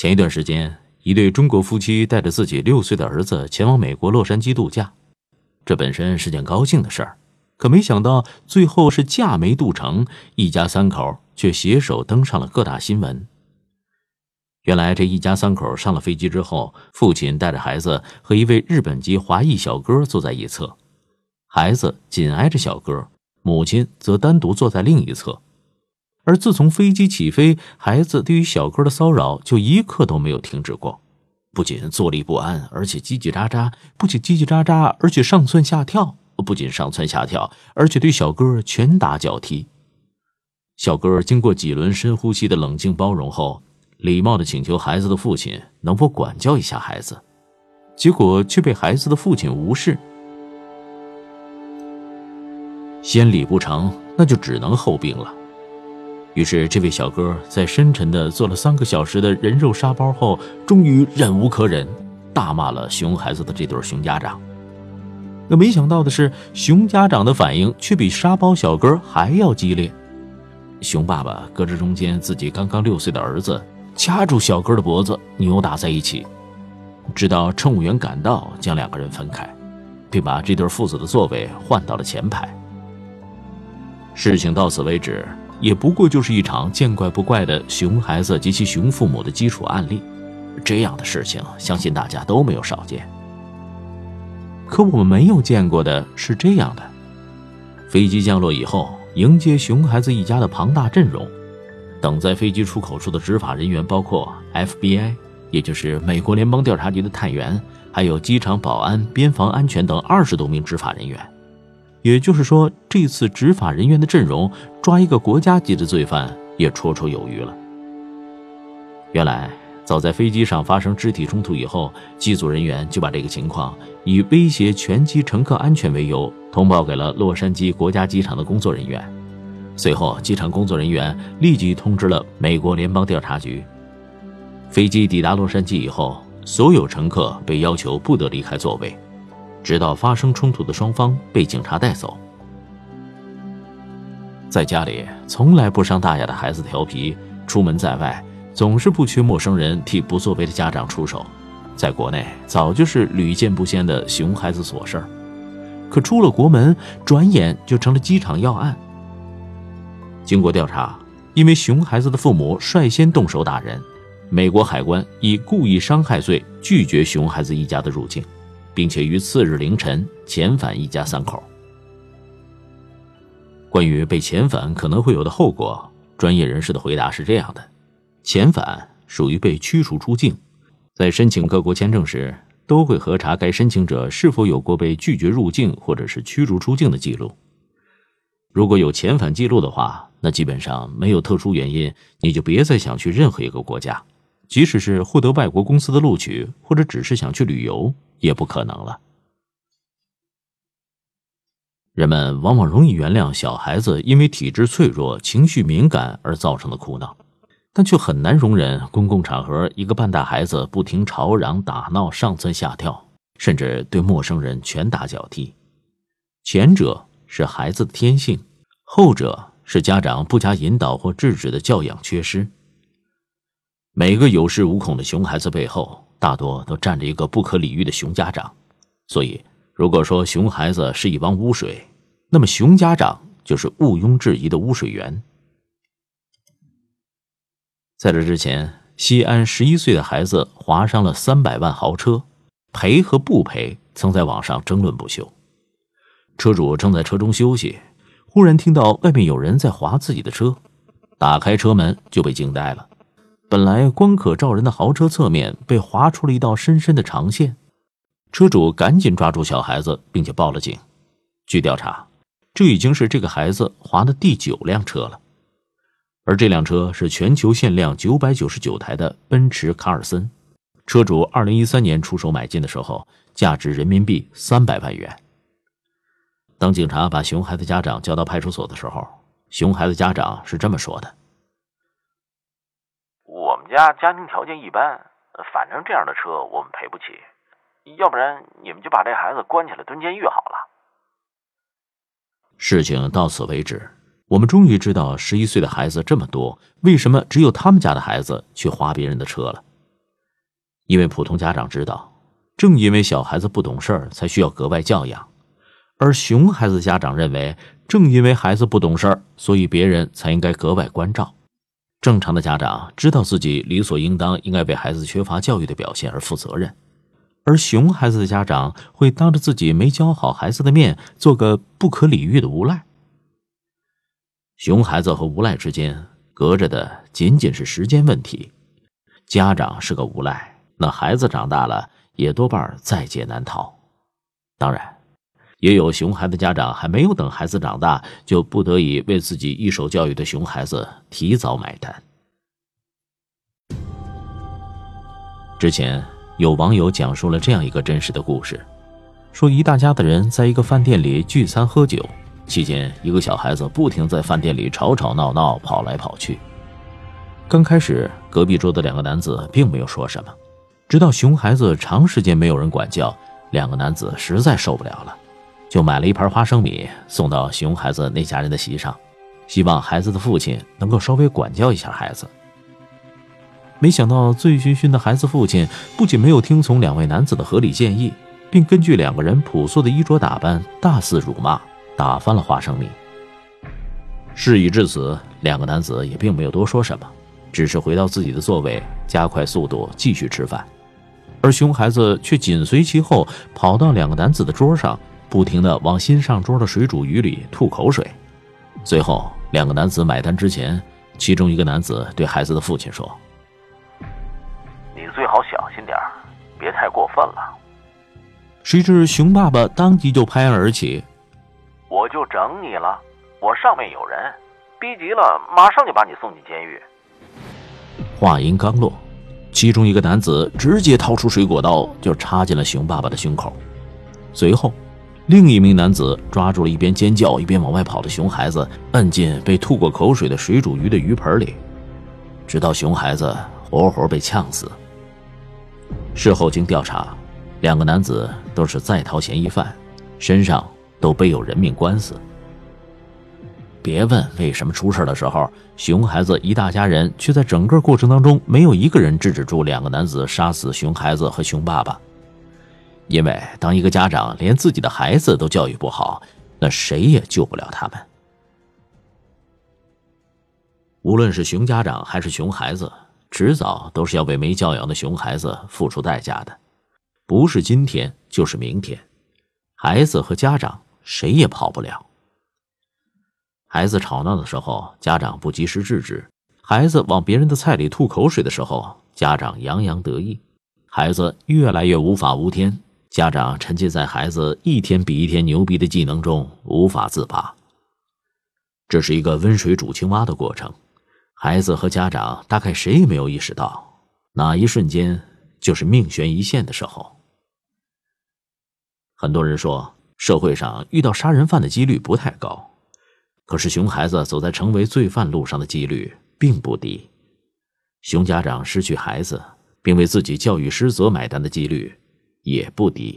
前一段时间，一对中国夫妻带着自己6岁的儿子前往美国洛杉矶度假，这本身是件高兴的事儿，可没想到最后是假没渡成，一家3口却携手登上了各大新闻。原来这一家3口上了飞机之后，父亲带着孩子和一位日本籍华裔小哥坐在一侧，孩子紧挨着小哥，母亲则单独坐在另一侧。而自从飞机起飞，孩子对于小哥的骚扰就一刻都没有停止过，不仅坐立不安，而且叽叽喳喳，而且上蹿下跳，不仅上蹿下跳，而且对小哥拳打脚踢。小哥经过几轮深呼吸的冷静包容后，礼貌地请求孩子的父亲能否管教一下孩子，结果却被孩子的父亲无视。先礼不成，那就只能后兵了。于是这位小哥在深沉地做了3个小时的人肉沙包后，终于忍无可忍，大骂了熊孩子的这对熊家长。可没想到的是，熊家长的反应却比沙包小哥还要激烈。熊爸爸隔着中间自己刚刚6岁的儿子，掐住小哥的脖子扭打在一起，直到乘务员赶到将2个人分开，并把这对父子的座位换到了前排。事情到此为止，也不过就是一场见怪不怪的熊孩子及其熊父母的基础案例，这样的事情相信大家都没有少见。可我们没有见过的是这样的：飞机降落以后，迎接熊孩子一家的庞大阵容，等在飞机出口处的执法人员包括 FBI， 也就是美国联邦调查局的探员，还有机场保安、边防安全等20多名执法人员。也就是说，这次执法人员的阵容抓一个国家级的罪犯也绰绰有余了。原来早在飞机上发生肢体冲突以后，机组人员就把这个情况以威胁全机乘客安全为由通报给了洛杉矶国家机场的工作人员。随后机场工作人员立即通知了美国联邦调查局。飞机抵达洛杉矶以后，所有乘客被要求不得离开座位，直到发生冲突的双方被警察带走。在家里从来不伤大雅的孩子调皮，出门在外总是不缺陌生人替不作为的家长出手，在国内早就是屡见不鲜的熊孩子琐事儿。可出了国门，转眼就成了机场要案。经过调查，因为熊孩子的父母率先动手打人，美国海关以故意伤害罪拒绝熊孩子一家的入境，并且于次日凌晨遣返一家3口。关于被遣返可能会有的后果，专业人士的回答是这样的：遣返属于被驱逐出境，在申请各国签证时，都会核查该申请者是否有过被拒绝入境或者是驱逐出境的记录。如果有遣返记录的话，那基本上没有特殊原因，你就别再想去任何一个国家，即使是获得外国公司的录取，或者只是想去旅游，也不可能了。人们往往容易原谅小孩子因为体质脆弱、情绪敏感而造成的苦恼，但却很难容忍公共场合一个半大孩子不停吵嚷、打闹、上蹿下跳，甚至对陌生人拳打脚踢。前者是孩子的天性，后者是家长不加引导或制止的教养缺失。每个有恃无恐的熊孩子背后，大多都站着一个不可理喻的熊家长。所以如果说熊孩子是一汪污水，那么熊家长就是毋庸置疑的污水源。在这之前，西安11岁的孩子划伤了300万豪车，赔和不赔曾在网上争论不休。车主正在车中休息，忽然听到外面有人在划自己的车，打开车门就被惊呆了。本来光可照人的豪车侧面被划出了一道深深的长线，车主赶紧抓住小孩子并且报了警。据调查，这已经是这个孩子划的第9辆车了，而这辆车是全球限量999台的奔驰卡尔森，车主2013年出手买进的时候，价值人民币300万元。当警察把熊孩子家长叫到派出所的时候，熊孩子家长是这么说的： 我们家家庭条件一般，反正这样的车我们赔不起，要不然你们就把这孩子关起来蹲监狱好了。 事情到此为止，我们终于知道11岁的孩子这么多，为什么只有他们家的孩子去划别人的车了。 因为普通家长知道，正因为小孩子不懂事儿，才需要格外教养；而熊孩子家长认为，正因为孩子不懂事儿，所以别人才应该格外关照。正常的家长知道自己理所应当应该为孩子缺乏教育的表现而负责任，而熊孩子的家长会当着自己没教好孩子的面，做个不可理喻的无赖。熊孩子和无赖之间隔着的仅仅是时间问题，家长是个无赖，那孩子长大了也多半在劫难逃。当然，也有熊孩子家长还没有等孩子长大，就不得已为自己一手教育的熊孩子提早买单。之前有网友讲述了这样一个真实的故事，说一大家的人在一个饭店里聚餐喝酒，期间一个小孩子不停在饭店里吵吵闹闹，跑来跑去。刚开始隔壁桌的两个男子并没有说什么，直到熊孩子长时间没有人管教，两个男子实在受不了了，就买了一盘花生米送到熊孩子那家人的席上，希望孩子的父亲能够稍微管教一下孩子。没想到醉醺醺的孩子父亲不仅没有听从两位男子的合理建议，并根据两个人朴素的衣着打扮大肆辱骂，打翻了花生米。事已至此，两个男子也并没有多说什么，只是回到自己的座位，加快速度继续吃饭。而熊孩子却紧随其后，跑到两个男子的桌上，不停地往新上桌的水煮鱼里吐口水。最后两个男子买单之前，其中一个男子对孩子的父亲说： 你最好小心点，别太过分了。 谁知熊爸爸当即就拍案而起： 我就整你了，我上面有人，逼急了马上就把你送进监狱。 话音刚落，其中一个男子直接掏出水果刀就插进了熊爸爸的胸口。随后另一名男子抓住了一边尖叫一边往外跑的熊孩子，摁进被吐过口水的水煮鱼的鱼盆里，直到熊孩子活活被呛死。事后经调查，两个男子都是在逃嫌疑犯，身上都背有人命官司。别问为什么出事的时候，熊孩子一大家人却在整个过程当中没有一个人制止住两个男子杀死熊孩子和熊爸爸。因为当一个家长连自己的孩子都教育不好，那谁也救不了他们。无论是熊家长还是熊孩子，迟早都是要为没教养的熊孩子付出代价的，不是今天就是明天，孩子和家长谁也跑不了。孩子吵闹的时候，家长不及时制止；孩子往别人的菜里吐口水的时候，家长洋洋得意；孩子越来越无法无天，家长沉浸在孩子一天比一天牛逼的技能中无法自拔。这是一个温水煮青蛙的过程，孩子和家长大概谁也没有意识到，哪一瞬间就是命悬一线的时候。很多人说，社会上遇到杀人犯的几率不太高，可是熊孩子走在成为罪犯路上的几率并不低，熊家长失去孩子并为自己教育失责买单的几率也不低。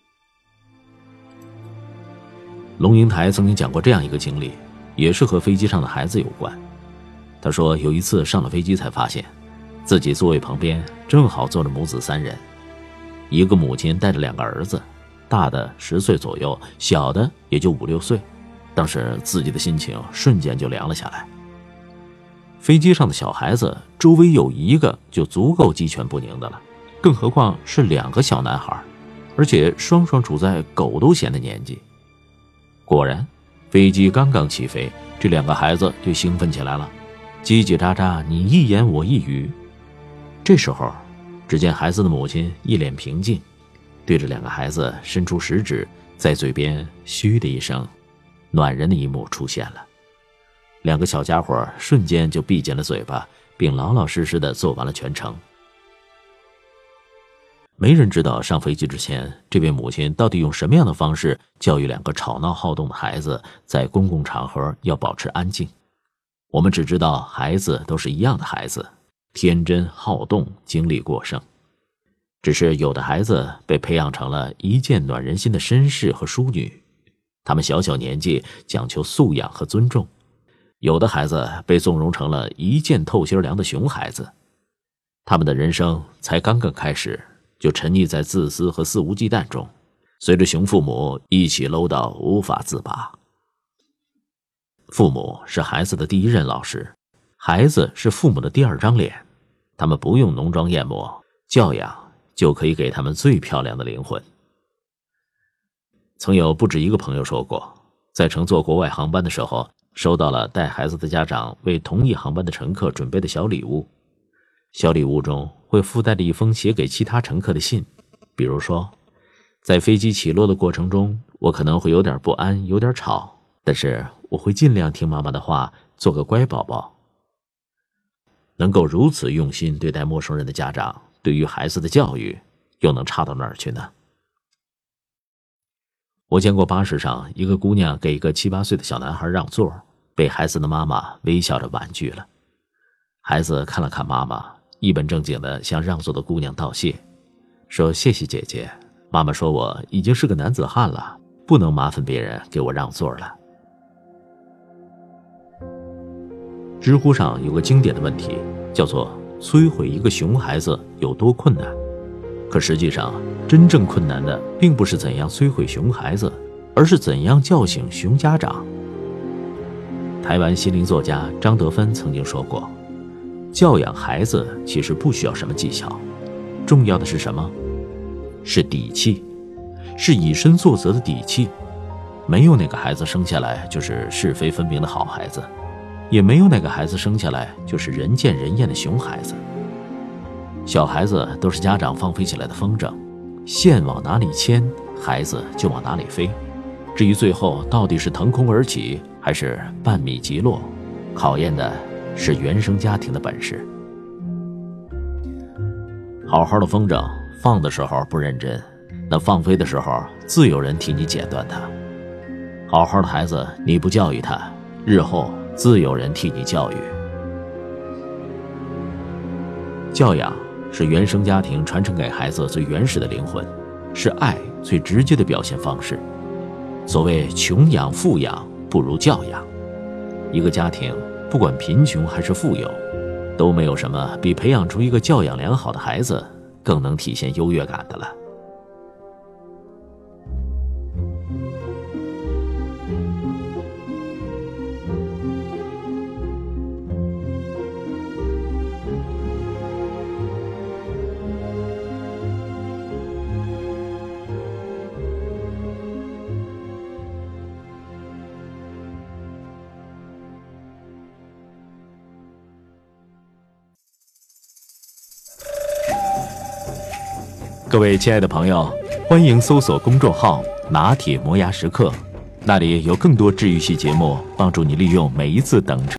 龙应台曾经讲过这样一个经历，也是和飞机上的孩子有关。他说有一次上了飞机才发现，自己座位旁边正好坐着母子三人，一个母亲带着两个儿子，大的10岁左右，小的也就5、6岁。当时自己的心情瞬间就凉了下来。飞机上的小孩子周围有一个就足够鸡犬不宁的了，更何况是2个小男孩，而且双双处在狗都嫌的年纪。果然，飞机刚刚起飞，这2个孩子就兴奋起来了，叽叽喳喳，你一言我一语。这时候，只见孩子的母亲一脸平静，对着2个孩子伸出食指，在嘴边嘘的一声，暖人的一幕出现了。2个小家伙瞬间就闭紧了嘴巴，并老老实实地做完了全程。没人知道上飞机之前，这位母亲到底用什么样的方式教育2个吵闹好动的孩子，在公共场合要保持安静。我们只知道孩子都是一样的孩子，天真好动，精力过剩。只是有的孩子被培养成了一见暖人心的绅士和淑女，他们小小年纪讲求素养和尊重；有的孩子被纵容成了一见透心凉的熊孩子，他们的人生才刚刚开始， 就沉溺在自私和肆无忌惮中，随着熊父母一起搂到无法自拔。父母是孩子的第一任老师，孩子是父母的第二张脸，他们不用浓妆艳抹，教养就可以给他们最漂亮的灵魂。曾有不止一个朋友说过，在乘坐国外航班的时候，收到了带孩子的家长为同一航班的乘客准备的小礼物。小礼物中会附带着一封写给其他乘客的信，比如说，在飞机起落的过程中，我可能会有点不安，有点吵，但是我会尽量听妈妈的话，做个乖宝宝。能够如此用心对待陌生人的家长，对于孩子的教育又能差到哪儿去呢？我见过巴士上一个姑娘给一个7、8岁的小男孩让座，被孩子的妈妈微笑着婉拒了。孩子看了看妈妈，一本正经地向让座的姑娘道谢，说谢谢姐姐，妈妈说我已经是个男子汉了，不能麻烦别人给我让座了。知乎上有个经典的问题，叫做摧毁一个熊孩子有多困难？可实际上，真正困难的并不是怎样摧毁熊孩子，而是怎样叫醒熊家长。台湾心灵作家张德芬曾经说过，教养孩子其实不需要什么技巧，重要的是什么？是底气，是以身作则的底气。没有哪个孩子生下来就是是非分明的好孩子，也没有哪个孩子生下来就是人见人厌的熊孩子。小孩子都是家长放飞起来的风筝，线往哪里牵，孩子就往哪里飞。至于最后到底是腾空而起，还是半米即落，考验的是原生家庭的本事。好好的风筝，放的时候不认真，那放飞的时候自有人替你剪断它。好好的孩子，你不教育他，日后自有人替你教育。教养是原生家庭传承给孩子最原始的灵魂，是爱最直接的表现方式。所谓穷养富养，不如教养。一个家庭不管贫穷还是富有，都没有什么比培养出一个教养良好的孩子更能体现优越感的了。各位亲爱的朋友，欢迎搜索公众号拿铁磨牙时刻，那里有更多治愈系节目，帮助你利用每一次等车